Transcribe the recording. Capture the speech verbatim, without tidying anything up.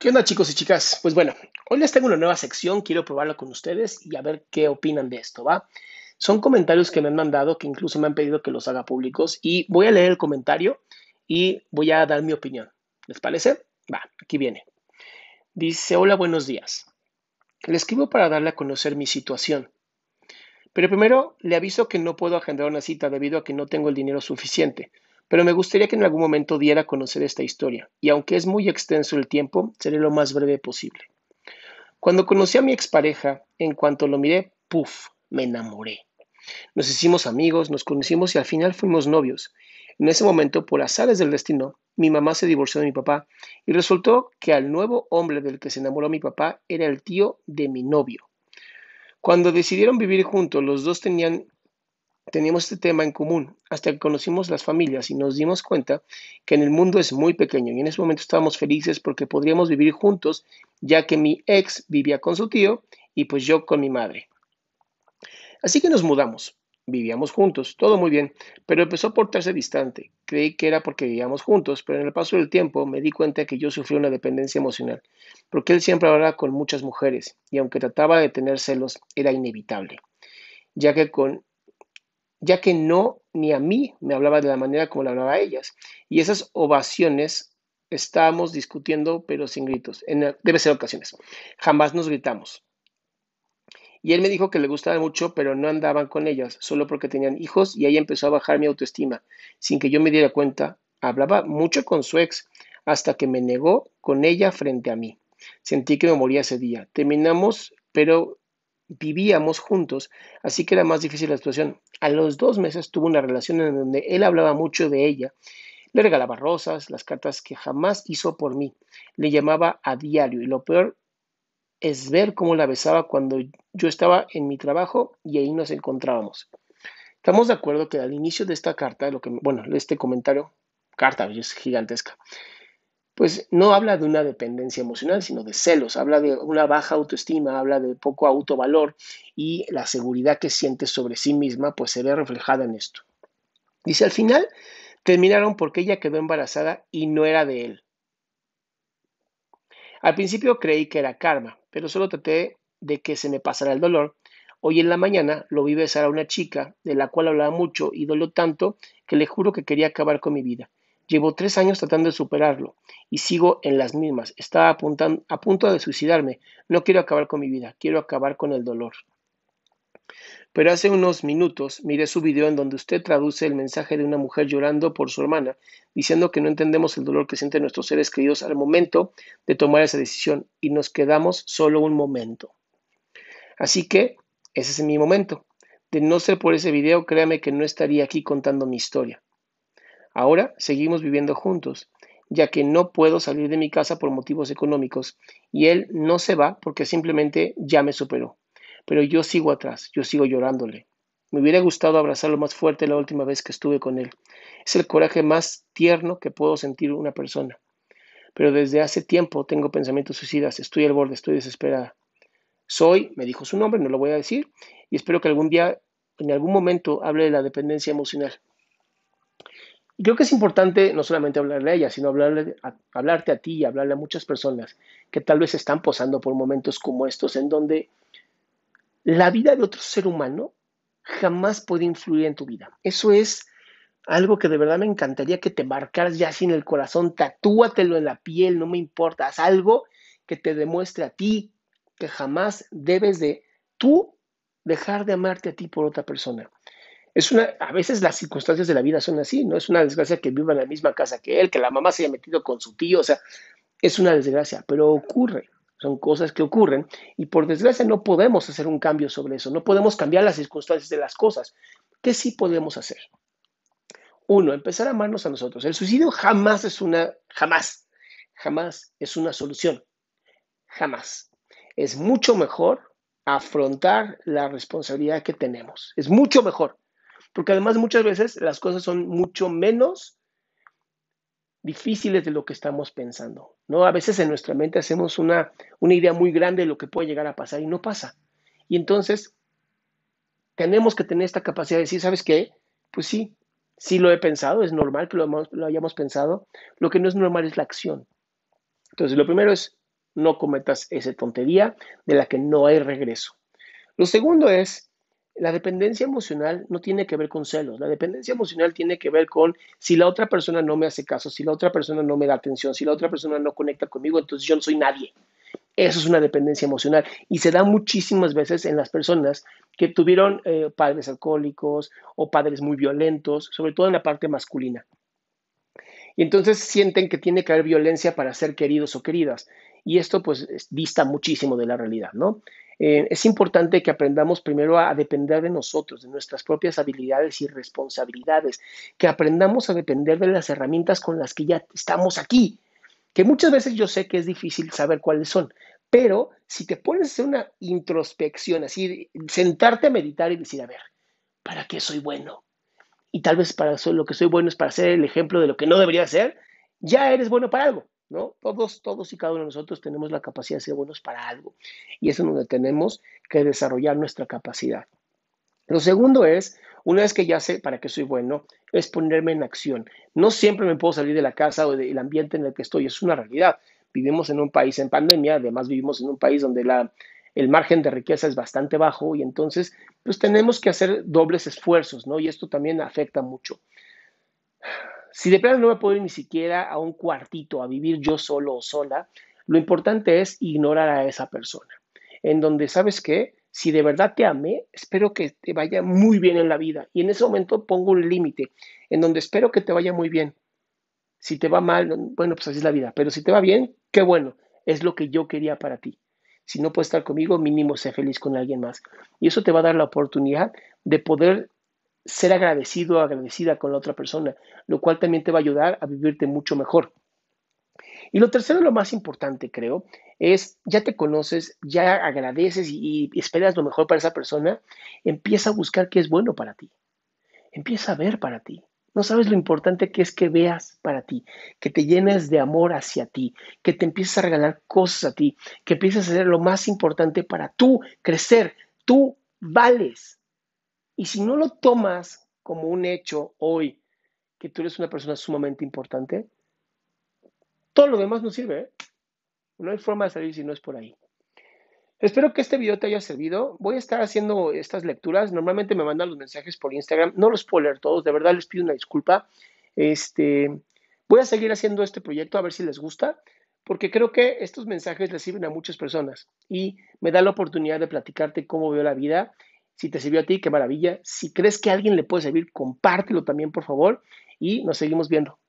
¿Qué onda, chicos y chicas? Pues bueno, hoy les tengo una nueva sección, quiero probarla con ustedes y a ver qué opinan de esto, ¿va? Son comentarios que me han mandado, que incluso me han pedido que los haga públicos y voy a leer el comentario y voy a dar mi opinión. ¿Les parece? Va, aquí viene. Dice, hola, buenos días. Le escribo para darle a conocer mi situación, pero primero le aviso que no puedo agendar una cita debido a que no tengo el dinero suficiente, pero me gustaría que en algún momento diera a conocer esta historia y aunque es muy extenso el tiempo, seré lo más breve posible. Cuando conocí a mi expareja, en cuanto lo miré, ¡puf! Me enamoré. Nos hicimos amigos, nos conocimos y al final fuimos novios. En ese momento, por azares del destino, mi mamá se divorció de mi papá y resultó que al nuevo hombre del que se enamoró mi papá era el tío de mi novio. Cuando decidieron vivir juntos, los dos tenían teníamos este tema en común, hasta que conocimos las familias y nos dimos cuenta que en el mundo es muy pequeño y en ese momento estábamos felices porque podríamos vivir juntos, ya que mi ex vivía con su tío y pues yo con mi madre. Así que nos mudamos. Vivíamos juntos, todo muy bien, pero empezó a portarse distante. Creí que era porque vivíamos juntos, pero en el paso del tiempo me di cuenta que yo sufrí una dependencia emocional, porque él siempre hablaba con muchas mujeres y aunque trataba de tener celos, era inevitable, ya que con ya que no ni a mí me hablaba de la manera como le hablaba a ellas. Y esas ovaciones estábamos discutiendo, pero sin gritos. En, debe ser ocasiones. Jamás nos gritamos. Y él me dijo que le gustaba mucho, pero no andaban con ellas, solo porque tenían hijos, y ahí empezó a bajar mi autoestima. Sin que yo me diera cuenta, hablaba mucho con su ex, hasta que me negó con ella frente a mí. Sentí que me moría ese día. Terminamos, pero vivíamos juntos, así que era más difícil la situación. A los dos meses tuve una relación en donde él hablaba mucho de ella, le regalaba rosas, las cartas que jamás hizo por mí, le llamaba a diario y lo peor es ver cómo la besaba cuando yo estaba en mi trabajo y ahí nos encontrábamos. Estamos de acuerdo que al inicio de esta carta, lo que, bueno, de este comentario, carta es gigantesca, pues no habla de una dependencia emocional, sino de celos, habla de una baja autoestima, habla de poco autovalor y la seguridad que siente sobre sí misma, pues se ve reflejada en esto. Dice, al final terminaron porque ella quedó embarazada y no era de él. Al principio creí que era karma, pero solo traté de que se me pasara el dolor. Hoy en la mañana lo vi besar a una chica de la cual hablaba mucho y dolió tanto que le juro que quería acabar con mi vida. Llevo tres años tratando de superarlo y sigo en las mismas. Estaba apuntan- a punto de suicidarme. No quiero acabar con mi vida, quiero acabar con el dolor. Pero hace unos minutos miré su video en donde usted traduce el mensaje de una mujer llorando por su hermana, diciendo que no entendemos el dolor que sienten nuestros seres queridos al momento de tomar esa decisión y nos quedamos solo un momento. Así que ese es mi momento. De no ser por ese video, créame que no estaría aquí contando mi historia. Ahora seguimos viviendo juntos, ya que no puedo salir de mi casa por motivos económicos y él no se va porque simplemente ya me superó. Pero yo sigo atrás, yo sigo llorándole. Me hubiera gustado abrazarlo más fuerte la última vez que estuve con él. Es el coraje más tierno que puedo sentir una persona. Pero desde hace tiempo tengo pensamientos suicidas, estoy al borde, estoy desesperada. Soy, me dijo su nombre, no lo voy a decir, y espero que algún día, en algún momento, hable de la dependencia emocional. Y creo que es importante no solamente hablarle a ella, sino hablarle a, hablarte a ti y hablarle a muchas personas que tal vez están pasando por momentos como estos, en donde la vida de otro ser humano jamás puede influir en tu vida. Eso es algo que de verdad me encantaría que te marcaras ya así en el corazón, tatúatelo en la piel, no me importa, haz algo que te demuestre a ti que jamás debes de tú dejar de amarte a ti por otra persona. Es una, a veces las circunstancias de la vida son así, ¿no? Es una desgracia que viva en la misma casa que él, que la mamá se haya metido con su tío, o sea, es una desgracia, pero ocurre, son cosas que ocurren y por desgracia no podemos hacer un cambio sobre eso, no podemos cambiar las circunstancias de las cosas. ¿Qué sí podemos hacer? Uno, empezar a amarnos a nosotros. El suicidio jamás es una, jamás, jamás es una solución, jamás. Es mucho mejor afrontar la responsabilidad que tenemos, es mucho mejor. Porque además muchas veces las cosas son mucho menos difíciles de lo que estamos pensando, ¿no? A veces en nuestra mente hacemos una, una idea muy grande de lo que puede llegar a pasar y no pasa. Y entonces tenemos que tener esta capacidad de decir, ¿sabes qué? Pues sí, sí lo he pensado, es normal que lo, lo hayamos pensado. Lo que no es normal es la acción. Entonces, lo primero es no cometas esa tontería de la que no hay regreso. Lo segundo es, la dependencia emocional no tiene que ver con celos. La dependencia emocional tiene que ver con si la otra persona no me hace caso, si la otra persona no me da atención, si la otra persona no conecta conmigo, entonces yo no soy nadie. Eso es una dependencia emocional y se da muchísimas veces en las personas que tuvieron eh, padres alcohólicos o padres muy violentos, sobre todo en la parte masculina. Y entonces sienten que tiene que haber violencia para ser queridos o queridas. Y esto pues dista muchísimo de la realidad, ¿no? Eh, es importante que aprendamos primero a depender de nosotros, de nuestras propias habilidades y responsabilidades, que aprendamos a depender de las herramientas con las que ya estamos aquí, que muchas veces yo sé que es difícil saber cuáles son, pero si te pones a hacer una introspección, así, sentarte a meditar y decir, a ver, ¿para qué soy bueno? Y tal vez para eso lo que soy bueno es para ser el ejemplo de lo que no debería ser, ya eres bueno para algo, ¿no? Todos, todos y cada uno de nosotros tenemos la capacidad de ser buenos para algo. Y es en donde tenemos que desarrollar nuestra capacidad. Lo segundo es, una vez que ya sé para qué soy bueno, es ponerme en acción. No siempre me puedo salir de la casa o del ambiente en el que estoy, es una realidad. Vivimos en un país en pandemia, además vivimos en un país donde la, el margen de riqueza es bastante bajo y entonces pues tenemos que hacer dobles esfuerzos, ¿no? Y esto también afecta mucho. Si de plano no me puedo ir ni siquiera a un cuartito a vivir yo solo o sola, lo importante es ignorar a esa persona. En donde, ¿sabes qué? Si de verdad te amé, espero que te vaya muy bien en la vida. Y en ese momento pongo un límite, en donde espero que te vaya muy bien. Si te va mal, bueno, pues así es la vida. Pero si te va bien, qué bueno. Es lo que yo quería para ti. Si no puedes estar conmigo, mínimo sé feliz con alguien más. Y eso te va a dar la oportunidad de poder ser agradecido o agradecida con la otra persona, lo cual también te va a ayudar a vivirte mucho mejor. Y lo tercero, lo más importante, creo, es ya te conoces, ya agradeces y, y esperas lo mejor para esa persona, empieza a buscar qué es bueno para ti, empieza a ver para ti. No sabes lo importante que es que veas para ti, que te llenes de amor hacia ti, que te empieces a regalar cosas a ti, que empieces a hacer lo más importante para tú crecer. Tú vales. Y si no lo tomas como un hecho hoy, que tú eres una persona sumamente importante, todo lo demás no sirve, ¿eh? No hay forma de salir si no es por ahí. Espero que este video te haya servido. Voy a estar haciendo estas lecturas. Normalmente me mandan los mensajes por Instagram. No los puedo leer todos. De verdad les pido una disculpa. Este, voy a seguir haciendo este proyecto a ver si les gusta, porque creo que estos mensajes les sirven a muchas personas y me da la oportunidad de platicarte cómo veo la vida. Si te sirvió a ti, qué maravilla. Si crees que a alguien le puede servir, compártelo también, por favor, y nos seguimos viendo.